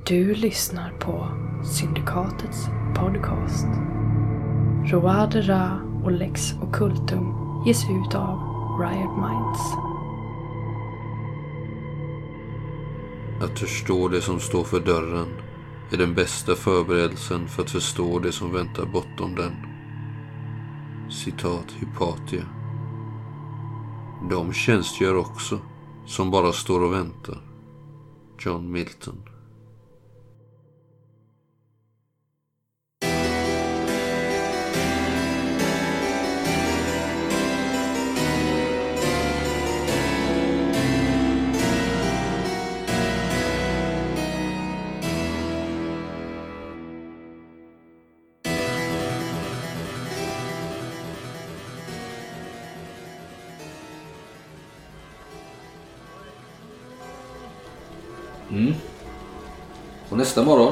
Du lyssnar på Syndikatets podcast. Roadera och Lex Occultum ges ut av Riot Minds. Att förstå det som står för dörren är den bästa förberedelsen för att förstå det som väntar bortom den. Citat Hypatia. De tjänstgör också, som bara står och väntar. John Milton. Och nästa morgon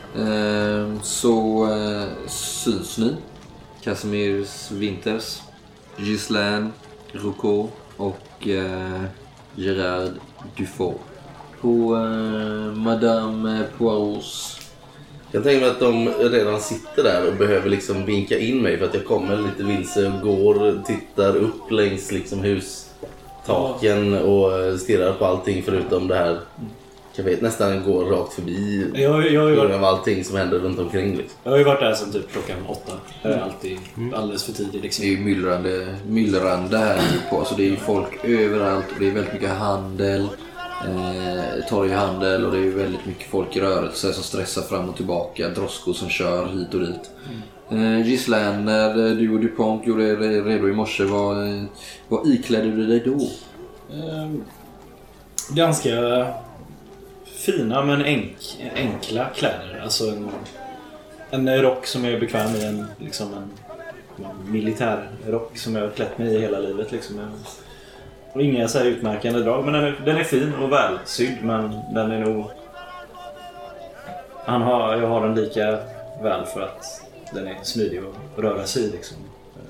så syns ni, Casimir Winters, Ghislaine Roucault och Gerard Dufault på Madame Poirots. Jag tänker mig att de redan sitter där och behöver liksom vinka in mig för att jag kommer lite vilse och går, tittar upp längs liksom hustaken och stirrar på allting förutom det här. Jag vet nästan går rakt förbi av allting som händer runt omkring liksom. Jag har ju varit där sedan typ klockan 8. Jag är alltid alldeles för tidigt liksom. Det är ju myllrande här på, så det är ju folk överallt och det är väldigt mycket handel, torghandel, och det är ju väldigt mycket folk i rörelse som stressar fram och tillbaka, droskor som kör hit och dit. Ghislaine, när du och Dupont gjorde er redo i morse, vad iklädde du dig då? Ganska fina men enkla kläder. Alltså en rock som jag är bekväm i, en militärrock som jag har klätt mig i hela livet liksom. Och inga så här utmärkande drag, men den är fin och välsydd, men den är nog jag har den lika väl för att den är smidig att röra sig i liksom.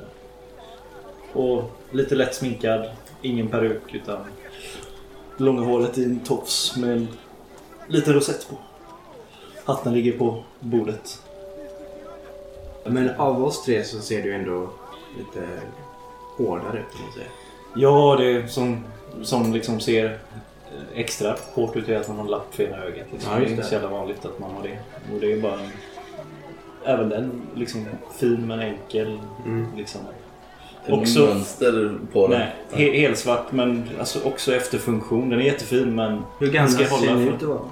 Och lite lätt sminkad, ingen peruk utan långa håret i en tofs med en liten rosett på. Hatten ligger på bordet. Men av oss tre så ser du ändå lite hårdare ut, kan man säga. Ja, det som liksom ser extra hårt ut är att man har en lapp för ena ögat. Liksom. Ja, det är inte så jävla vanligt att man har det. Och det är bara även den liksom fin men enkel liksom. Också mönster på den. Nej, helt svart, men alltså också efter funktion. Den är jättefin, men hur gammal ser ni ut att vara?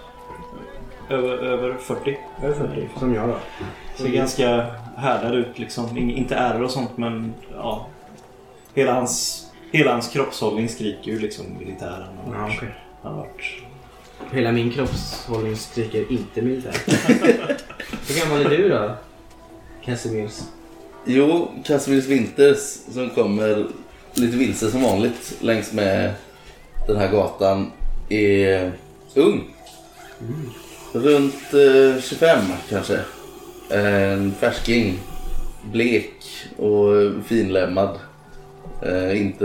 Över 40. Över 40, som jag då. Ser ganska härdad ut liksom. Inte ärr och sånt, men ja. Hela hans kroppshållning skriker ju liksom militären. Ja, okay. Han har varit... Hela min kroppshållning skriker inte militär. Hur gammal är du då? Casimirs. Jo, Casimirs Winters som kommer lite vilse som vanligt längs med den här gatan är ung. Runt 25 kanske. En färsking, blek och finlämmad. Inte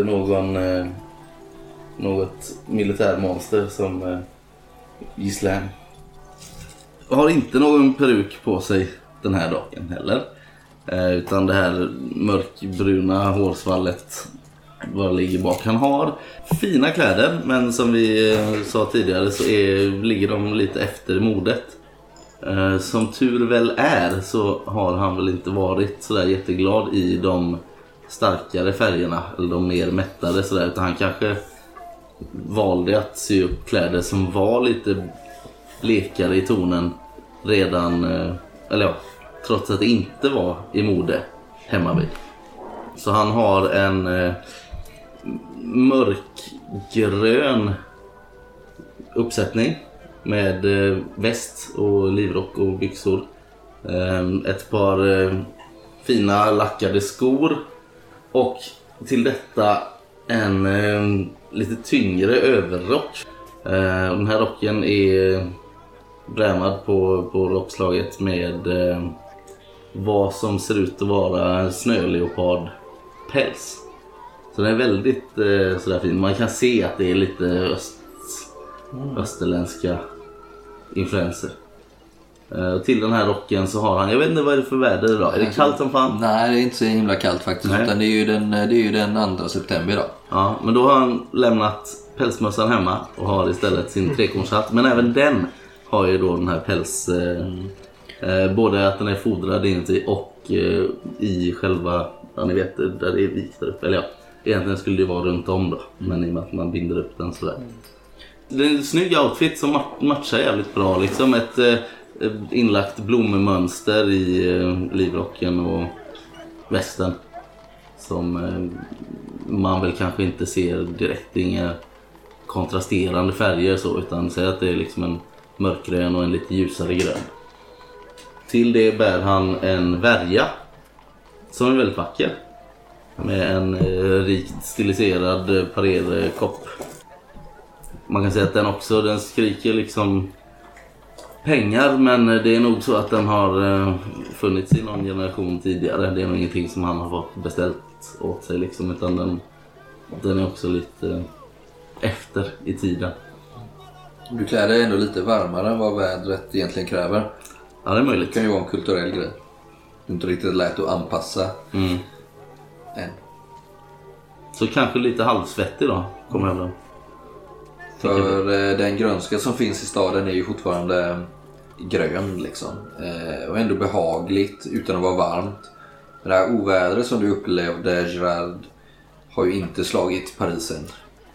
något militärmonster som Ghislaine. Har inte någon peruk på sig den här dagen heller. Utan det här mörkbruna hårsvallet bara ligger bak. Han har fina kläder, men som vi sa tidigare så ligger de lite efter modet. Som tur väl är så har han väl inte varit så där jätteglad i de starkare färgerna eller de mer mättade så där, utan han kanske valde att sy upp kläder som var lite blekare i tonen redan, eller ja, trots att det inte var i mode hemma vid. Så han har en mörkgrön uppsättning med väst och livrock och byxor. Ett par fina lackade skor och till detta en lite tyngre överrock. Den här rocken är brämad på rockslaget med vad som ser ut att vara snöleopardpäls. Så den är väldigt sådär fin. Man kan se att det är lite österländska influenser. Till den här rocken så har han, jag vet inte vad är det för väder idag. Är det kallt som fan? Nej, det är inte så himla kallt faktiskt. Utan det är ju den 2 september idag. Ja, men då har han lämnat pälsmössan hemma och har istället sin trekornshatt. Men även den har ju då den här päls... både att den är fodrad inuti och i själva... Ja, ni vet, där det är vikt där uppe. Eller ja, egentligen skulle det vara runt om då. Men i och med att man binder upp den sådär. Det är en snygg outfit som matchar jävligt bra. Liksom ett inlagt blommönster i livrocken och västen. Som man väl kanske inte ser direkt. Inga kontrasterande färger så. Utan säger att det är liksom en mörkgrön och en lite ljusare grön. Till det bär han en värja. Som är väldigt vacker. Med en rikt stiliserad parerkopp. Man kan säga att den skriker liksom pengar, men det är nog så att den har funnits i någon generation tidigare. Det är nog ingenting som han har fått beställt åt sig liksom, utan den är också lite efter i tiden. Du klär dig ändå lite varmare än vad vädret egentligen kräver. Ja, det är möjligt. Det kan ju vara en kulturell grej. Inte riktigt lätt att anpassa än. Så kanske lite halvsvettig då, kommer jag väl. För den grönska som finns i staden är ju fortfarande grön liksom. Och ändå behagligt utan att vara varmt. Det här ovädret som du upplevde, Gerard, har ju inte slagit Paris än.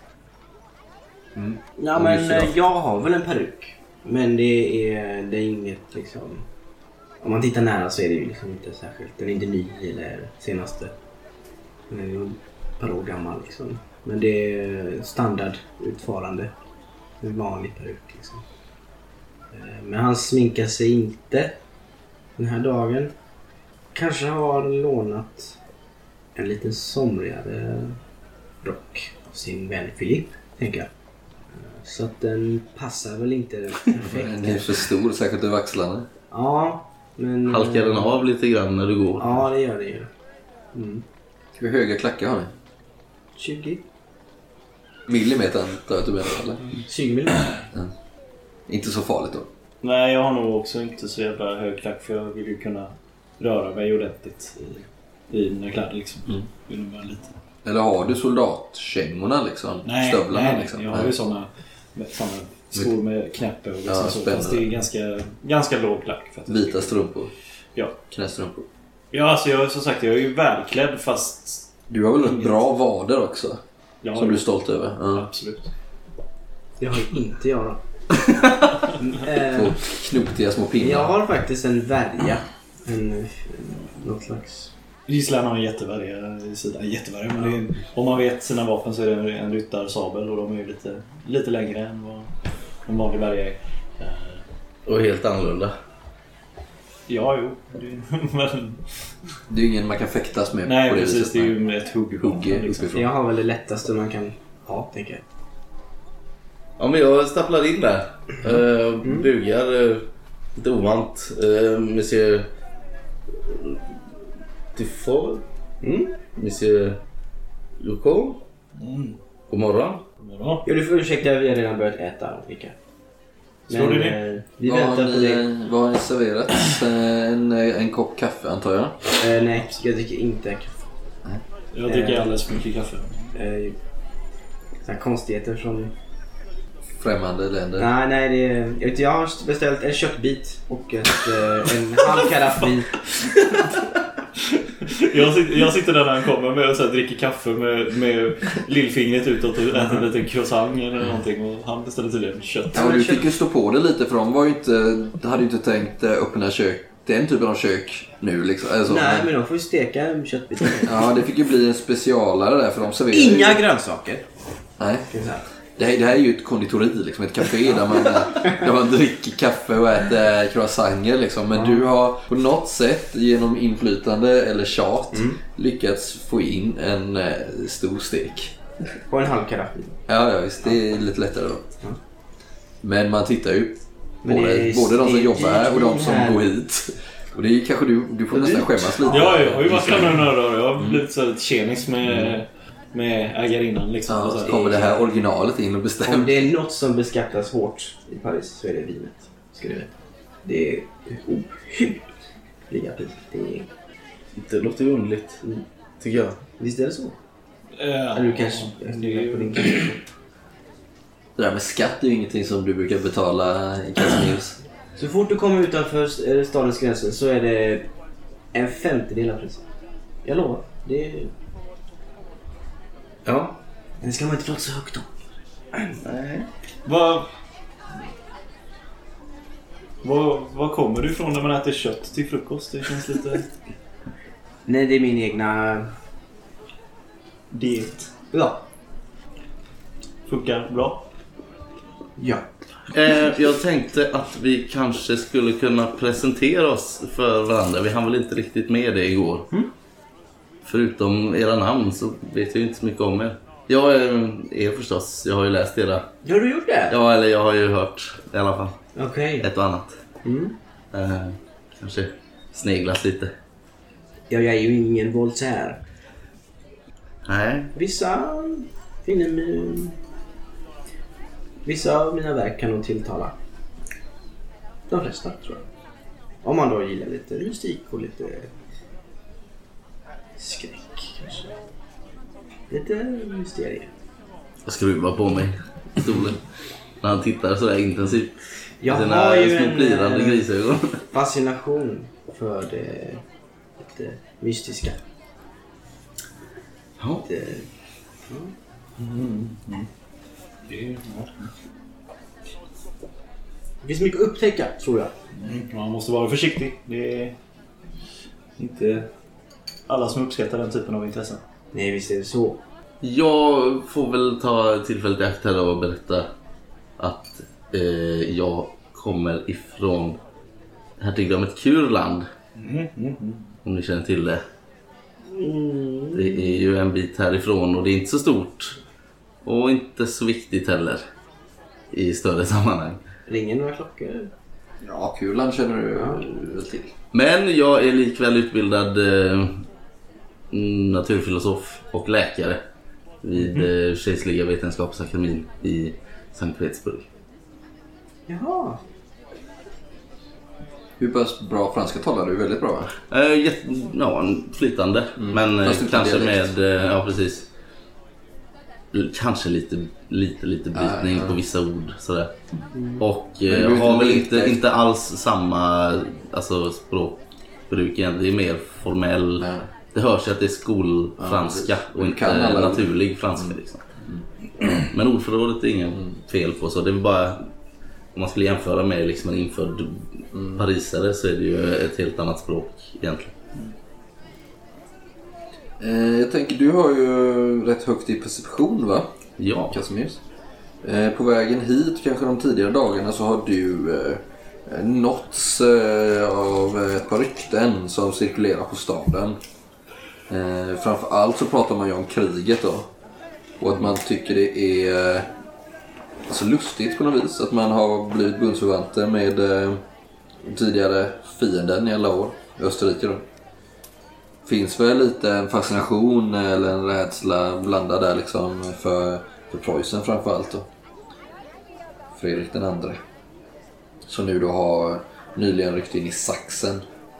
Ja, men jag har väl en peruk. Men det är inget liksom... Om man tittar nära så är det ju liksom inte särskilt. Den är inte ny eller senaste. Den är ju ett par år gammal liksom. Men det är standardutförande. En vanlig peruk liksom. Men han sminkar sig inte den här dagen. Kanske har lånat en liten somrigare rock av sin vän Philip, tänker jag. Så att den passar väl inte perfekt. Den är för stor, säkert över axlarna. Ja, men... Halkar den av lite grann när du går? Ja, det gör det ju. Hur höga klackar har ni? 20. Millimeter antar jag att du menar, eller? 20 millimeter. Inte så farligt då. Nej, jag har nog också inte så jävla hög klack, för jag vill ju kunna röra mig ordentligt i mina kläder liksom. Lite. Eller har du soldatkängorna liksom? Stövlarna nej, liksom? jag har ju såna skor med knäppe och liksom så. Fast det är ganska låg klack. För att vita strumpor? Ja. Knästrumpor? Ja, alltså jag, som sagt, jag är ju välklädd fast... Du har väl bra vader också? Ja, som du är stolt över? Ja. Absolut. Det har ju inte jag då. Två knotiga små pinnar. Jag har faktiskt en värja. Något slags... Gislaine har en jättevärja i sidan. Jättevärja, men det är, om man vet sina vapen så är det en ryttarsabel och de är ju lite längre än vad en vanlig värja är. Och helt annorlunda. Ja, jo. Men... Det är ju ingen man kan fäktas med. Nej, på det precis. viset. Det är ju ett hugg liksom. Jag har väl det lättaste man kan ha, tänker jag. Ja, men jag stapplar in där. Bugar lite ovant. Monsieur Dufour. Monsieur Lucot. God morgon. Ja. Jo, du får ursäkta, vi har redan börjat äta och dricka. Slår du det? Vi väntar på dig. Vad har ni serverat? En kopp kaffe antar jag? Nej, jag dricker inte kaffe. Jag dricker alldeles för mycket kaffe. Sådana konstigheter från... Främmande länder? Nej, jag har beställt en köttbit och en halv karaff vin. Jag sitter där när han kommer med och så här, dricker kaffe med lillfingret utåt och äter en liten croissant eller någonting, och han beställer tydligen kött. Ja, men du fick ju stå på det lite, för de var ju inte, hade ju inte tänkt öppna kök, den typen av kök nu liksom. Alltså, Nej, men de får ju steka en köttbit. Ja, det fick ju bli en specialare där, för de serverar Inga grönsaker. Nej. Det här är ju ett konditori, liksom, ett café där man dricker kaffe och äter croissanter liksom. Men du har på något sätt genom inflytande eller tjat lyckats få in en stor stek. Och en halv karaff. Ja, visst, det är lite lättare då. Men man tittar ju både de som jobbar här och de som går hit. Och det är kanske du får nästan skämmas lite. Ja, jag har ju varit här några dagar. Jag har blivit så lite tjenis med ägarinnan liksom. Ja, så kommer det här originalet in och bestämmer. Om det är något som beskattas hårt i Paris så är det vinet. ska du veta. Det är ohyggliga priser. Det låter ju underligt, tycker jag. Visst är det så? Eller du kanske på din kanske. Det där med skatt är ju ingenting som du brukar betala i Casimirs. Så fort du kommer utanför stadens gränser så är det 1/50 av priset. Jag lovar. Det är... Ja. Den ska man inte prata så högt om. Nej. Vad kommer du ifrån när man äter kött till frukost? Det känns lite... Nej, det är min egna... diet. Ja. Funkar bra. Ja. Jag tänkte att vi kanske skulle kunna presentera oss för varandra. Vi hann väl inte riktigt med det igår. Förutom era namn så vet jag inte så mycket om er. Jag är förstås, jag har ju läst era. Har du gjort det? Ja, eller jag har ju hört i alla fall. Okej. Ett och annat. Kanske sneglat lite. Ja, jag är ju ingen Voltaire. Nej. Vissa av mina verk kan nog tilltala. De flesta, tror jag. Om man då gillar lite mystik och lite skräck, kanske. Lite mysterier. Jag skruvar på mig i stolen. När han tittar så där intensivt. Jag sina har ju små plirande grisögon. fascination för det lite mystiska. Ja. Det finns mycket att upptäcka, tror jag. Man måste vara försiktig. Det är inte alla som uppskattar den typen av intressen. Nej, visst är det så. Jag får väl ta tillfället i akt här och berätta att jag kommer ifrån hertigdömet Kurland. Om ni känner till det. Det är ju en bit härifrån och det är inte så stort. Och inte så viktigt heller i större sammanhang. Ringer några klockor? Ja, Kurland känner du väl till. Men jag är likväl utbildad naturfilosof och läkare vid Kejserliga vetenskapsakademin i Sankt Petersburg. Jaha. Hur pass bra franska talar du? Väldigt bra, va? Ja, flytande. Men kanske med, ja precis. Kanske lite brytning på vissa ord sådär. Och har väl inte alls samma språkbruk igen. Det är mer formell. Nej. Det hörs att det är skolfranska och inte naturlig franska liksom. Men ordförrådet är ingen fel på, så det är bara, om man skulle jämföra med liksom en infödd parisare, så är det ju ett helt annat språk egentligen. Jag tänker, du har ju rätt högt i perception, va? Ja. Casimirs. På vägen hit, kanske de tidigare dagarna, så har du nåtts av ett par rykten som cirkulerar på staden. Framförallt så pratar man ju om kriget då. Och att man tycker det är så lustigt på något vis att man har blivit bundsförvanter med tidigare fienden i alla år, Österrike då. Finns väl lite en fascination eller en rädsla blandad där liksom för Preussen framförallt då. Fredrik den andre. Som nu då har nyligen ryckt in i Sachsen.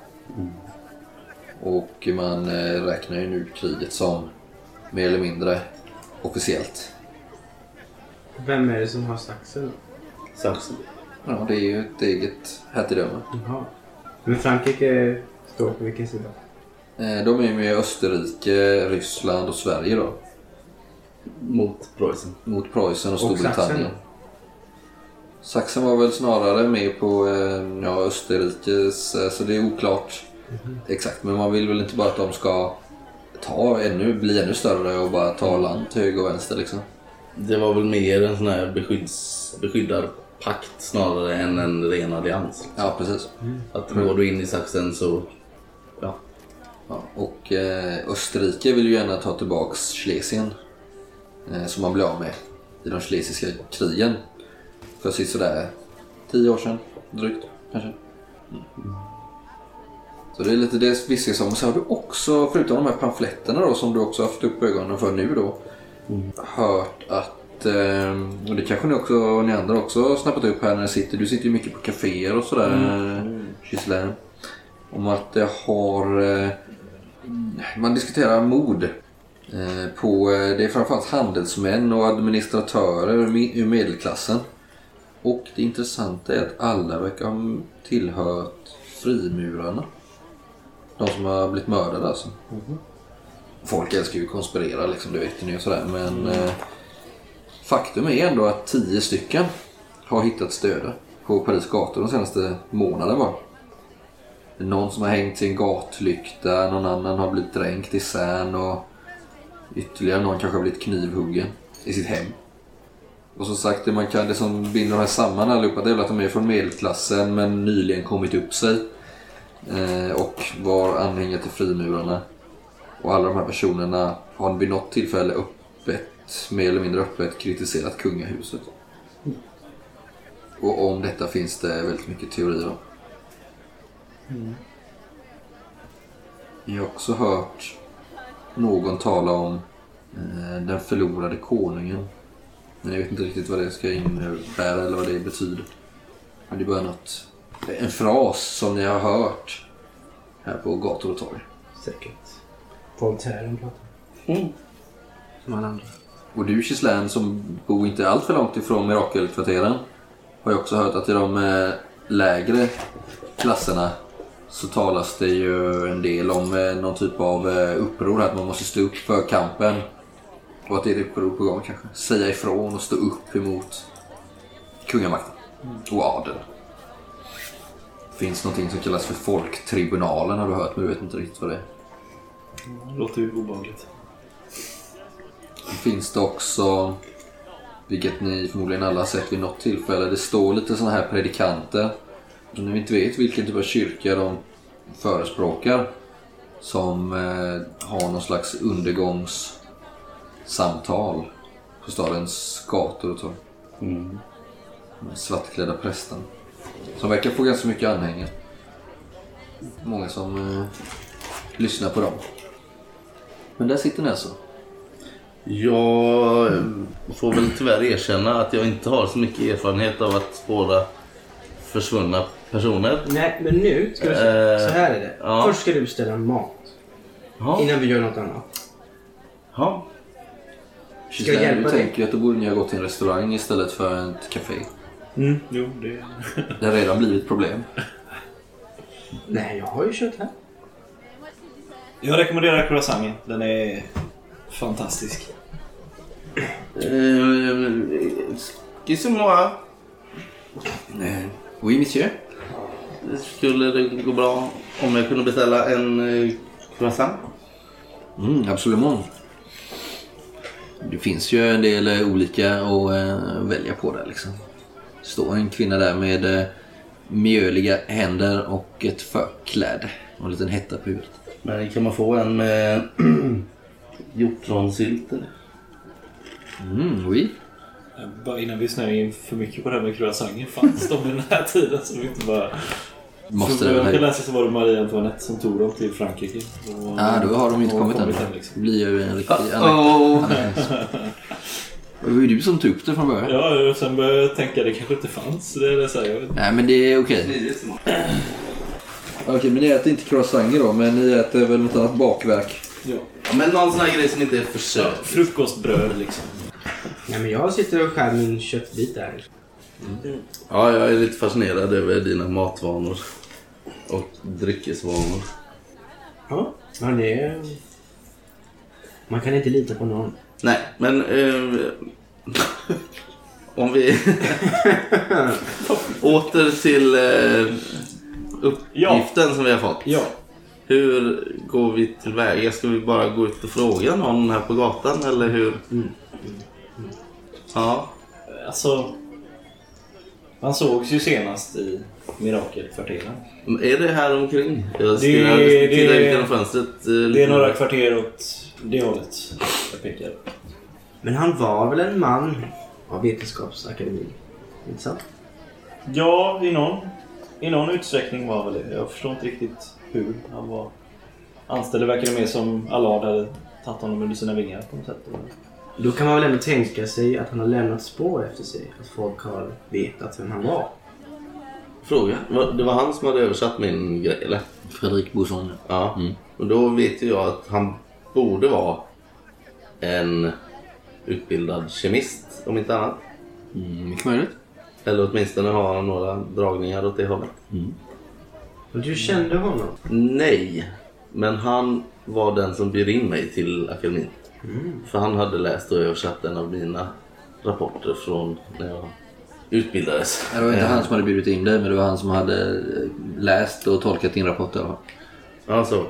Och man räknar ju nu kriget som mer eller mindre officiellt. Vem är det som har Sachsen? Sachsen. Ja, det är ju ett eget hertigdöme. Jaha. Men Frankrike står på vilken sida? De är ju med Österrike, Ryssland och Sverige då. Mot Preussen. Mot Preussen och Storbritannien. Sachsen? Sachsen var väl snarare med på Österrikes, så det är oklart exakt. Men man vill väl inte bara att de ska bli ännu större och bara ta land till höger och vänster liksom. Det var väl mer en sån här beskyddad pakt snarare än en ren allians. Ja, precis. Att går du in i Sachsen så... Ja. Och Österrike vill ju gärna ta tillbaks Schlesien som man blev av med i de schlesiska krigen för sådär 10 år sedan drygt kanske. Så det är lite det viskar som. Så har du också, förutom de här pamfletterna då, som du också har haft upp ögonen för nu då, hört att och det kanske ni andra också har snappat upp här när ni sitter. Du sitter ju mycket på kaféer och sådär, Gislaine. Om att det har... man diskuterar mod. Det är framförallt handelsmän och administratörer ur medelklassen. Och det intressanta är att alla verkar ha tillhört frimurarna. De som har blivit mördade alltså. Folk älskar ju att konspirera liksom, det vet ni och sådär. Men faktum är ändå att 10 stycken har hittats döda på Paris gator de senaste månaden var. Någon som har hängt sin gatlykta, någon annan har blivit dränkt i Seine och ytterligare någon kanske har blivit knivhuggen i sitt hem. Och som sagt, det som binder de här samman allihopa, det är att de är från medelklassen men nyligen kommit upp sig och var anhängare till frimurarna. Och alla de här personerna har vid något tillfälle mer eller mindre öppet kritiserat kungahuset. Och om detta finns det väldigt mycket teorier om. Jag har också hört någon tala om den förlorade konungen. Men jag vet inte riktigt vad det ska innebära eller vad det betyder. Men det är bara en fras som ni har hört här på gator och torg. Säkert. Voltaire pratar. Som alla andra. Och du, Gislaine, som bor inte allt för långt ifrån mirakelkvarteren, har ju också hört att i de lägre klasserna så talas det ju en del om någon typ av uppror, att man måste stå upp för kampen. Och att det är ett uppror på gång kanske. Säga ifrån och stå upp emot kungamakten och adel. Det finns någonting som kallas för folktribunalen, har du hört, men jag vet inte riktigt vad det är. Det låter ju obehagligt. Det finns det också, vilket ni förmodligen alla har sett vid något tillfälle, det står lite såna här predikanter som ni inte vet vilken typ av kyrka de förespråkar, som har någon slags undergångssamtal på stadens gator och torg. Svartklädda prästen som verkar få ganska mycket anhängare. Många som lyssnar på dem. Men där sitter ni alltså. Jag får väl tyvärr erkänna att jag inte har så mycket erfarenhet av att spåra försvunna personer. Nej, men nu ska du se. Så här är det. Ja. Först ska du beställa mat. Ja. Innan vi gör något annat. Ja. Ska jag hjälpa du dig? tänker att då borde ni ha gått till en restaurang istället för ett café. Jo, det... Det har redan blivit problem. Nej, jag har ju kört här. Jag rekommenderar croissanten. Den är fantastisk. Excusez-moi. Oui, monsieur. Skulle det gå bra om jag kunde beställa en croissant? Absolut. Det finns ju en del olika att välja på där liksom. Står en kvinna där med mjöliga händer och ett förkläde och en liten hetta på huvudet. Men kan man få en hjortronsylt eller? Oui. Bara innan vi snöar in för mycket på det här med croissanten, fanns de i den här tiden som vi inte bara... Måste det det jag väl läsa så var det Marie Antoinette som tog dem till Frankrike. då har de inte kommit än. Liksom. Det blir ju en riktig Det var ju du som tog upp det från början. Ja, och sen började jag tänka det kanske inte fanns. Det är det så här, Nej, men det är okej. Okej, men ni äter inte croissanter då, men ni äter väl något annat bakverk. Ja. Men någon sån här grej som inte är för Ja, söt. frukostbröd liksom. Ja, men jag sitter och skär min köttbit där. Ja, jag är lite fascinerad över dina matvanor och dryckesvanor. Ja, men det är... Man kan inte lita på någon. Nej, men om vi åter till uppgiften som vi har fått. Ja. Hur går vi tillväga? Ska vi bara gå ut och fråga någon här på gatan eller hur? Ja. Alltså, man sågs ju senast i Mirakelkvarteren. Är det här omkring? Jag Det tittar ut genom fönstret. Det är några kvarter åt det hållet jag pekar. Men han var väl en man av Vetenskapsakademin? Inte sant? Ja, i någon utsträckning var väl det. Jag förstår inte riktigt hur han var anställd. Det verkade mer som Allard hade tagit honom under sina vingar på något sätt. Då kan man väl ändå tänka sig att han har lämnat spår efter sig. Att folk har vetat vem han var. Fråga. Det var han som hade översatt min grej, eller? Fredrik Bosson. Ja. Och då vet jag att han borde vara en utbildad kemist, om inte annat. Mycket möjligt. Eller åtminstone har han några dragningar åt det hållet. Och du kände honom? Nej, men han var den som bjöd in mig till akademin. För han hade läst och översatt en av mina rapporter från när jag utbildades. Det var inte han som hade bjudit in dig, men det var han som hade läst och tolkat din rapport. Ja, så.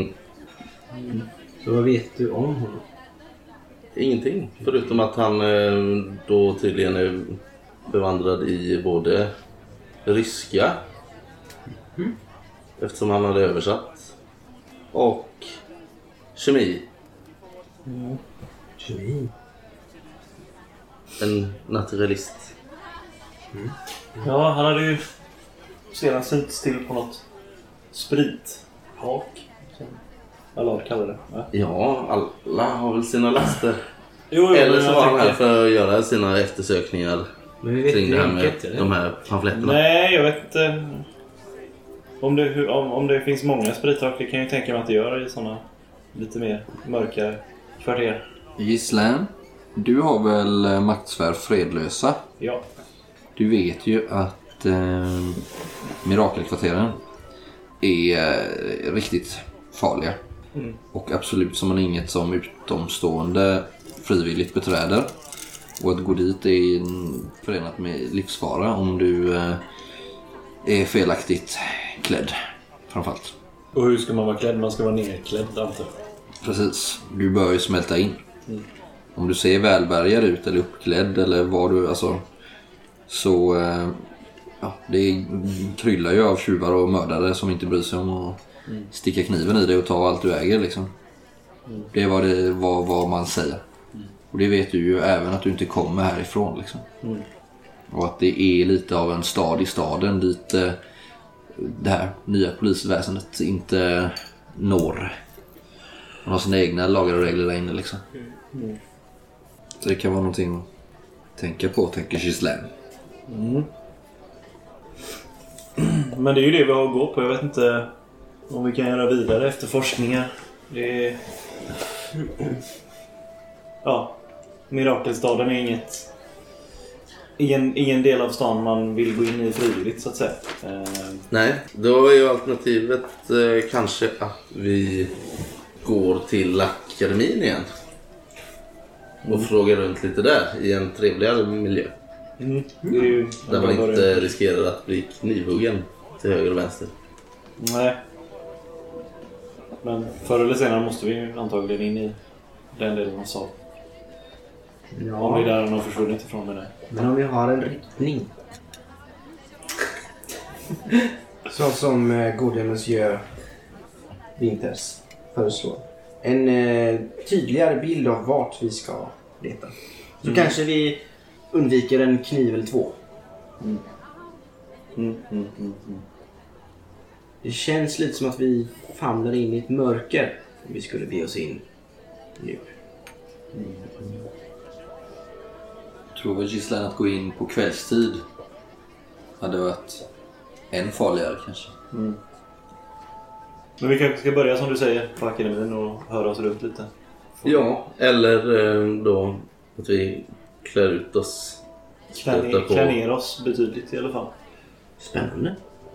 Så vad vet du om honom? Ingenting, förutom att han då tydligen är bevandrad i både ryska, eftersom han hade översatt, och kemi. Kemi? En naturalist. Ja, han hade ju sedan synts till på något sprithak. Som alla kallar det. Ja, alla har väl sina laster. Jo, Eller så var han här för att göra sina eftersökningar Men vi vet kring det här med vilket, eller? de här pamfletterna. Nej, jag vet inte. Om det finns många sprithak, det kan jag ju tänka mig att det gör i sådana lite mer mörka kvarter. Ghislaine, du har väl maktsfär fredlösa? Ja. Du vet ju att mirakelkvarteren är riktigt farliga. Och absolut som man inget som utomstående frivilligt beträder. Och att gå dit är förenat med livsfara om du är felaktigt klädd framförallt. Och hur ska man vara klädd? Man ska vara nerklädd, antar. Precis, du bör ju smälta in. Om du ser välbärgad ut eller uppklädd eller vad du, alltså, så ja, det kryllar ju av tjuvar och mördare som inte bryr sig om att sticka kniven i dig och ta allt du äger liksom. Det är vad man säger. Och det vet du ju även att du inte kommer härifrån liksom. Och att det är lite av en stad i staden dit det här nya polisväsendet inte når. Man har sina egna lagar och regler där inne liksom. Så det kan vara någonting att tänka på, tänker Ghislaine. Men det är ju det vi har att gå på. Jag vet inte om vi kan göra vidare efter forskningar. Det är... Ja, Mirakelstaden är ingen del av stan man vill gå in i frivilligt så att säga. Nej, då är ju alternativet kanske att vi går till akademin igen. Och frågar runt lite där i en trevligare miljö. Det är ju Där man inte riskerar att bli knivhuggen till höger och vänster. Nej. Men förr eller senare måste vi ju antagligen in i den delen av stan. Om vi där har försvunnit ifrån med det. Men om vi har en riktning. Så som gode Monsieur Winters föreslår. En tydligare bild av vart vi ska leta. Så kanske vi undviker en kniv eller två. Det känns lite som att vi famlar in i ett mörker om vi skulle be oss in nu. Tror väl Ghislaine att gå in på kvällstid hade varit än farligare kanske. Men vi kanske ska börja som du säger på akademin och höra oss runt lite. Ja, eller då att vi klär ut oss. Klär ner oss betydligt i alla fall. Spännande.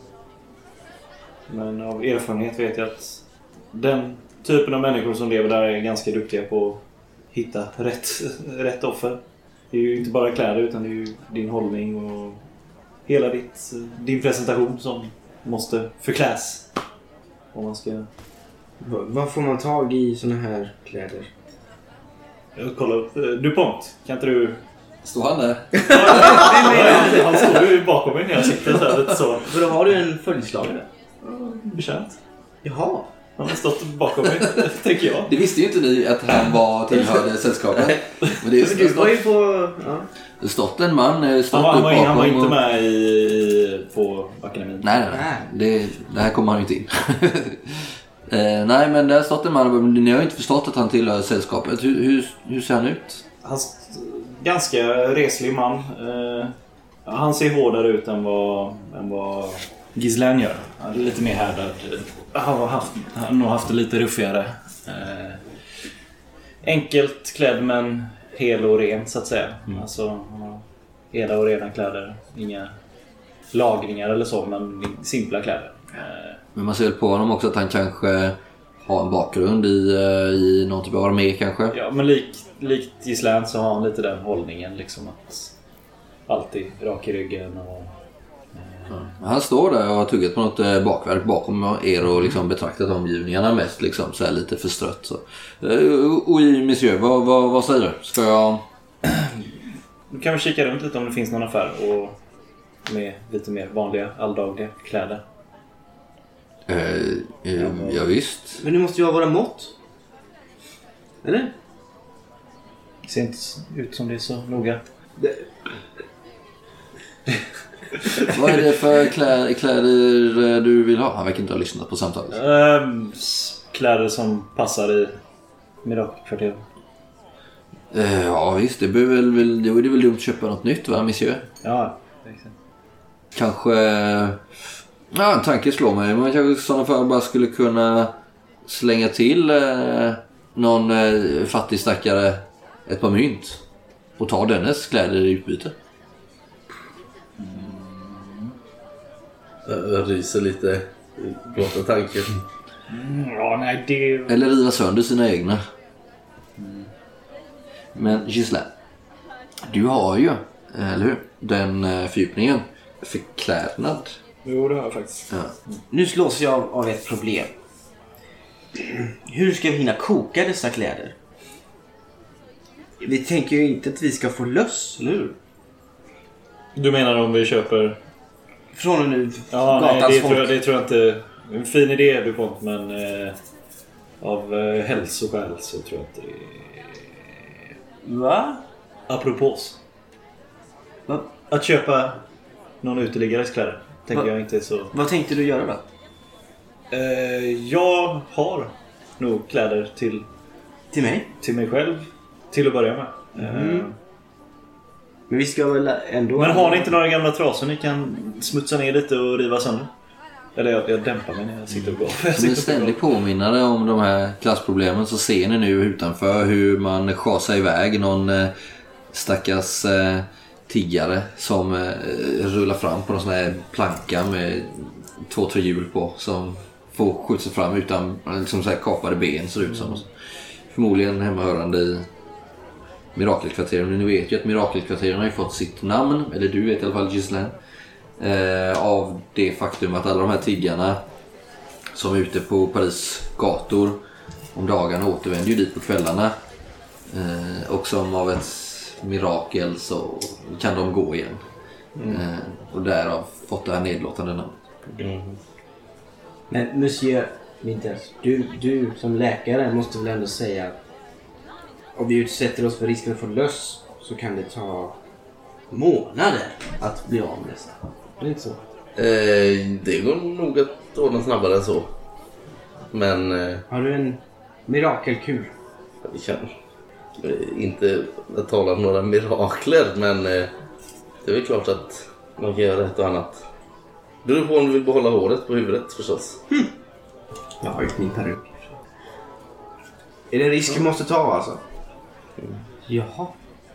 Men av erfarenhet vet jag att den typen av människor som lever där är ganska duktiga på att hitta rätt offer. Det är ju inte bara kläder utan det är ju din hållning och hela din presentation som måste förkläs. Om man ska... Vad får man tag i såna här kläder? Jag kollar upp. DuPont, kan inte du... Står han där? Han står ju bakom mig när jag sitter så här lite så. För då har du en följeslagare. Bekänt. Jaha. Han har stått bakom mig, tänker jag. Det visste ju inte ni att han tillhörde sällskapet. Men det är Du var ju på... Ja. det stått en man stått Han upp bakom. var inte med på akademin. Nej. Det här kommer han ju inte in. Nej, men det har stått en man och ni har ju inte förstått att han tillhör sällskapet. Hur ser han ut? Han ganska reslig man. Han ser hårdare ut än vad Ghislaine gör. Han är lite mer härdad. Han har nog haft det lite ruffigare. Enkelt klädd men hel och ren så att säga. Alltså han har hela och rena kläder. Inga lagringar eller så, men simpla kläder. Men man ser på honom också att han kanske har en bakgrund i någon typ av armé kanske. Ja, men likt Ghislaine så har han lite den hållningen liksom att alltid rak i ryggen och... Han står där och har tuggat på något bakverk bakom er och liksom betraktat omgivningarna mest liksom så här lite förstrött så. Och i monsieur, vad säger du? Ska jag... Du kan väl kika runt lite om det finns någon affär och med lite mer vanliga alldagliga kläder. Ja visst. Men det måste ju ha våra mått. Eller? Det ser inte ut som det är så noga. Vad är det för kläder du vill ha? Han verkar inte ha lyssnat på samtalet. Kläder som passar i Mirakelkvarteret. Ja visst, det är väl dumt att köpa något nytt va, monsieur? Ja, exakt. Kanske... Ja, en tanke slår mig. Man kanske i sådana fall bara skulle kunna slänga till någon fattig stackare ett par mynt och ta dennes kläder i utbyte. Jag ryser lite blotta tanken. Ja, nej, det... Eller riva sönder sina egna. Men Ghislaine, du har ju, eller hur, den fördjupningen förklädnad. Jo, det har jag faktiskt. Ja. Nu slås jag av ett problem. Hur ska vi hinna koka dessa kläder? Vi tänker ju inte att vi ska få löss, eller hur? Du menar om vi köper... Från nu Ja, nej, det tror jag inte... En fin idé, DuPont, men av hälsoskäl så tror jag inte det är... Va? Apropås. Va? Att köpa någon uteliggares kläder tänker jag inte är så... Vad tänkte du göra då? Jag har nog kläder till Till mig själv till att börja med. Men vi ska väl ändå... Men har ni inte några gamla trasor ni kan smutsa ner lite och riva sönder? Eller jag dämpar mig när jag sitter och går. Som en ständig påminnare om de här klassproblemen så ser ni nu utanför hur man chasar iväg någon stackars tiggare som rullar fram på någon sån här planka med 2-3 hjul på som får skjuta sig fram utan liksom så här kapade ben ser ut som. Förmodligen hemmahörande i Mirakelkvarteren. Men ni vet ju att Mirakelkvarteren har ju fått sitt namn, eller du vet i alla fall Ghislaine, av det faktum att alla de här tiggarna som är ute på Paris gator om dagarna återvänder ju dit på kvällarna. Och som av ett mirakel så kan de gå igen. Och därav fått det här nedlåtande namnet. Men monsieur Winters, du som läkare måste väl ändå säga att om vi utsätter oss för risken att få löss så kan det ta månader att bli av med dessa. Det är inte så. Det går nog att ordna snabbare än så. Men... Har du en mirakelkur? Vi kan inte tala om några mirakler, men det är väl klart att man kan göra ett och annat. Det beror på om du vill behålla håret på huvudet förstås. Jag har ju min peruk. Är det en risk vi måste ta alltså? Jaha.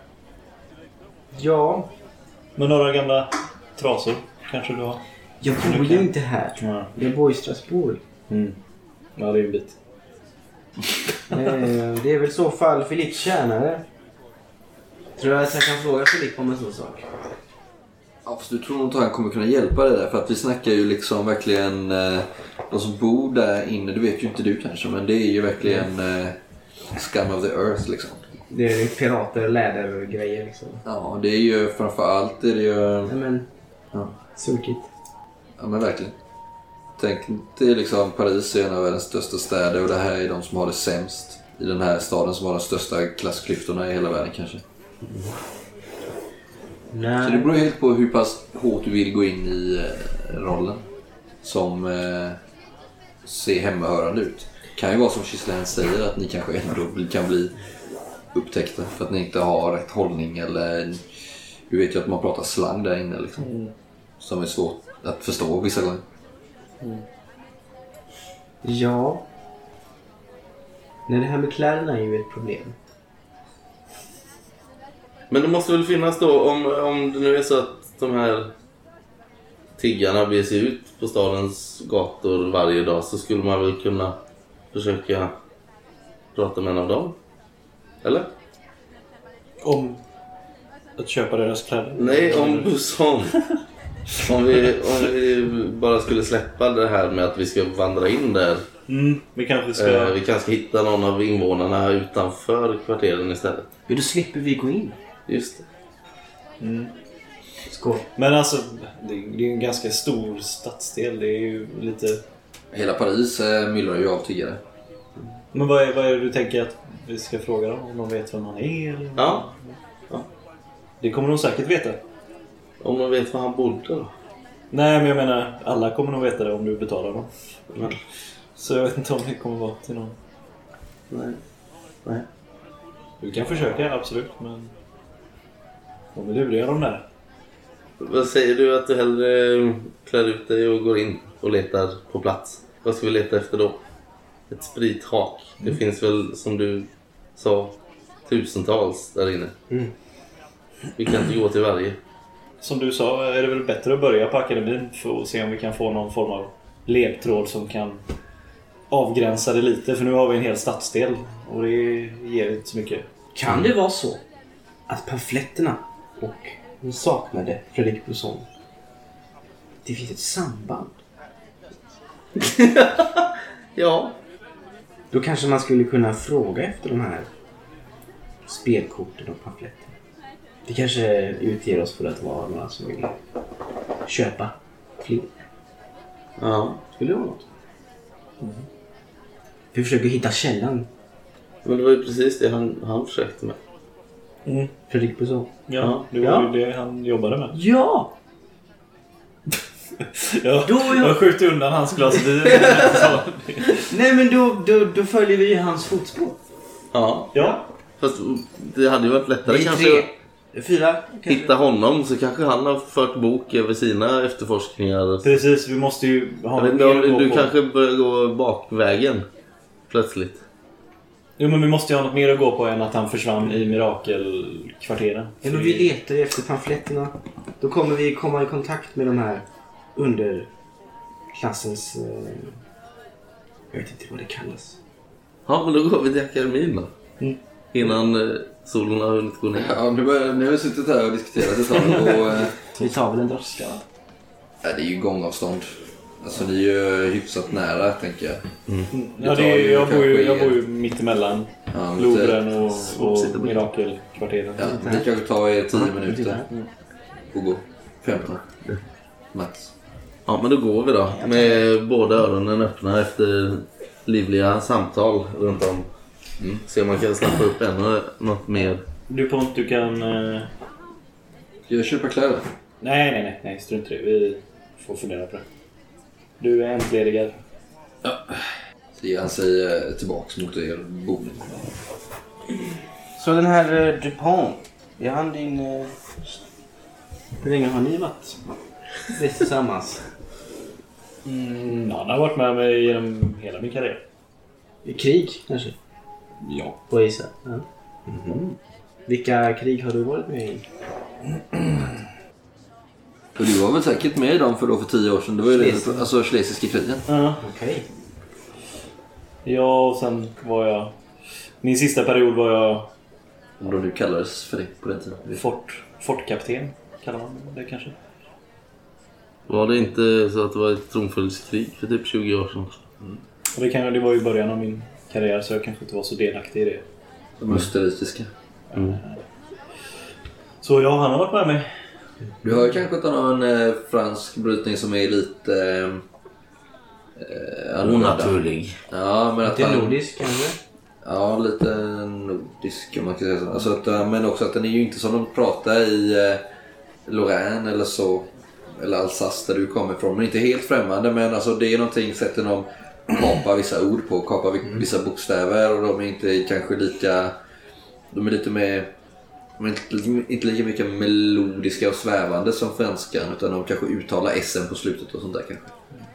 Ja. Men några gamla trasor kanske du har? Jag bor ju inte här. Ja. Jag bor i Strasbourg. Ja, det är en bit. Det är väl så fall Philippe tjänare. Tror jag att jag kan fråga Philippe om en sån sak. Ja, fast du tror nog att han kommer kunna hjälpa dig där. För att vi snackar ju liksom verkligen de som bor där inne. Det vet ju inte du kanske, men det är ju verkligen scum of the earth liksom. Det är pirater, läder och grejer liksom. Ja, det är ju framförallt är det ju... Nej men, ja. sulkigt. Ja, men verkligen. Tänk, det är liksom Paris är en av världens största städer och det här är de som har det sämst. I den här staden som har de största klassklyftorna i hela världen kanske. Nej. Så det beror helt på hur pass hårt du vill gå in i rollen som ser hemmahörande ut. Det kan ju vara som Ghislaine säger att ni kanske ändå kan bli upptäckta för att ni inte har rätt hållning eller du vet ju att man pratar slang där inne liksom. Som är svårt att förstå vissa gånger. Ja. Nej, det här med kläderna är ju ett problem. Men det måste väl finnas då, om det nu är så att de här tiggarna beger sig ut på stadens gator varje dag, så skulle man väl kunna försöka prata med en av dem? Eller? Om att köpa deras kläder? Nej, om Busan. Om vi bara skulle släppa det här med att vi ska vandra in där. Vi kanske ska... Vi kanske ska hitta någon av invånarna utanför kvarteren istället. Ja, då slipper vi gå in. Just det. Skål. Men alltså, det är ju en ganska stor stadsdel. Det är ju lite... Hela Paris myllrar ju av tiggare. Men vad är det du tänker att vi ska fråga dem? Om de vet vem han är? Eller? Ja. Det kommer de säkert veta. Om de vet var han bodde då. Nej, men jag menar, alla kommer nog veta det om du betalar dem. Så jag vet inte om det kommer vara till någon. Nej. Du kan försöka, absolut, men... De är luriga de där. Vad säger du att du hellre klär ut dig och går in och letar på plats? Vad ska vi leta efter då? Ett sprithak. Det finns väl, som du sa, tusentals där inne. Vi kan inte gå till varje. Som du sa, är det väl bättre att börja på akademin för att se om vi kan få någon form av ledtråd som kan avgränsa det lite. För nu har vi en hel stadsdel och det ger inte så mycket. Kan det vara så att pamfletterna och den saknade Fredrik Buson, det finns ett samband? Ja. Då kanske man skulle kunna fråga efter de här spelkorten och pamfletterna. Det kanske utger oss för att vara några som vill köpa fler. Ja, skulle det vara något. Vi försöker hitta källan. Men det var ju precis det han försökte med. Fredrik Buson. Ja, det var ju det han jobbade med. Ja! Jag skjuter undan hans glas vin. Nej, men då följer vi hans fotspår. Ja. Fast det hade ju varit lättare kanske. 4. Hitta honom, så kanske han har fört bok över sina efterforskningar. Precis, vi måste ju ha Jag vet inte om du kanske börjar gå bakvägen plötsligt. Jo, men vi måste ju ha något mer att gå på än att han försvann i mirakelkvarteren. Ja, men vi letar efter pamfletterna. Då kommer vi komma i kontakt med de här underklassens... jag vet inte vad det kallas. Ja, men då går vi till akademin då. Innan solen har hunnit gå ner. Ja, nu har vi suttit här och diskuterat ett tag och... Vi tar väl en droska, va? Det är ju gångavstånd. Alltså det är ju hyfsat nära, tänker jag. Ja, jag bor ju mitt emellan Louvren och mirakelkvarteren. Ja, det kanske tar 10 minuter och gå. 15 max. Ja, men då går vi då med båda öronen öppna efter livliga samtal runt om. Se om man kan snappa upp ännu något mer. Du Pont, du kan... Ska jag köpa kläder? Nej, strunt i det. Vi får fundera på det. Du är entledigad. Ja. Så ger han sig tillbaks mot er boning. Så den här Dupont, är han din... Hur länge har ni varit tillsammans? Han har varit med mig genom hela min karriär. I krig, kanske? Ja. På Isa? Ja. Vilka krig har du varit med i? Och du var väl säkert med i dem för 10 år sedan. Det var ju alltså Schlesiska krigen. Ja. Okej. Ja, och sen var jag... Min sista period var jag... Om de nu kallades för det på den tiden. Fortkapten kallar man det kanske. Var det inte så att det var ett tronföljdskrig för typ 20 år sedan? Och det var ju början av min karriär, så jag kanske inte var så delaktig i det. De österrikiska. Så ja, han har varit med mig. Du har kanske att han har en fransk brytning som är lite... Onaturlig. Ja, men att Det är han... nordisk, kanske? Ja, lite nordisk om man kan säga så. Alltså att, men också att den är ju inte som de pratar i Lorraine eller så. Eller Alsace där du kommer ifrån. Men inte helt främmande, men alltså det är någonting sätter de kapar vissa ord på. Kapar vissa bokstäver och de är inte kanske lika De är lite mer... De är inte lika mycket melodiska och svävande som svenskan, utan de kanske uttalar S på slutet och sånt där kanske.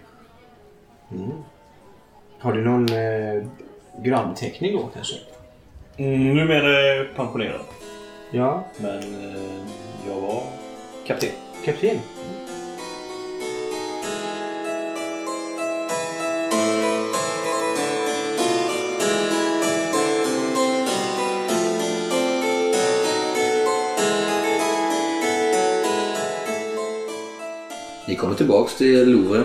Har du någon gradbeteckning då kanske? Numera är jag pensionerad. Ja. Men jag var kapten. Kapten? Ni kommer tillbaks till Louvre.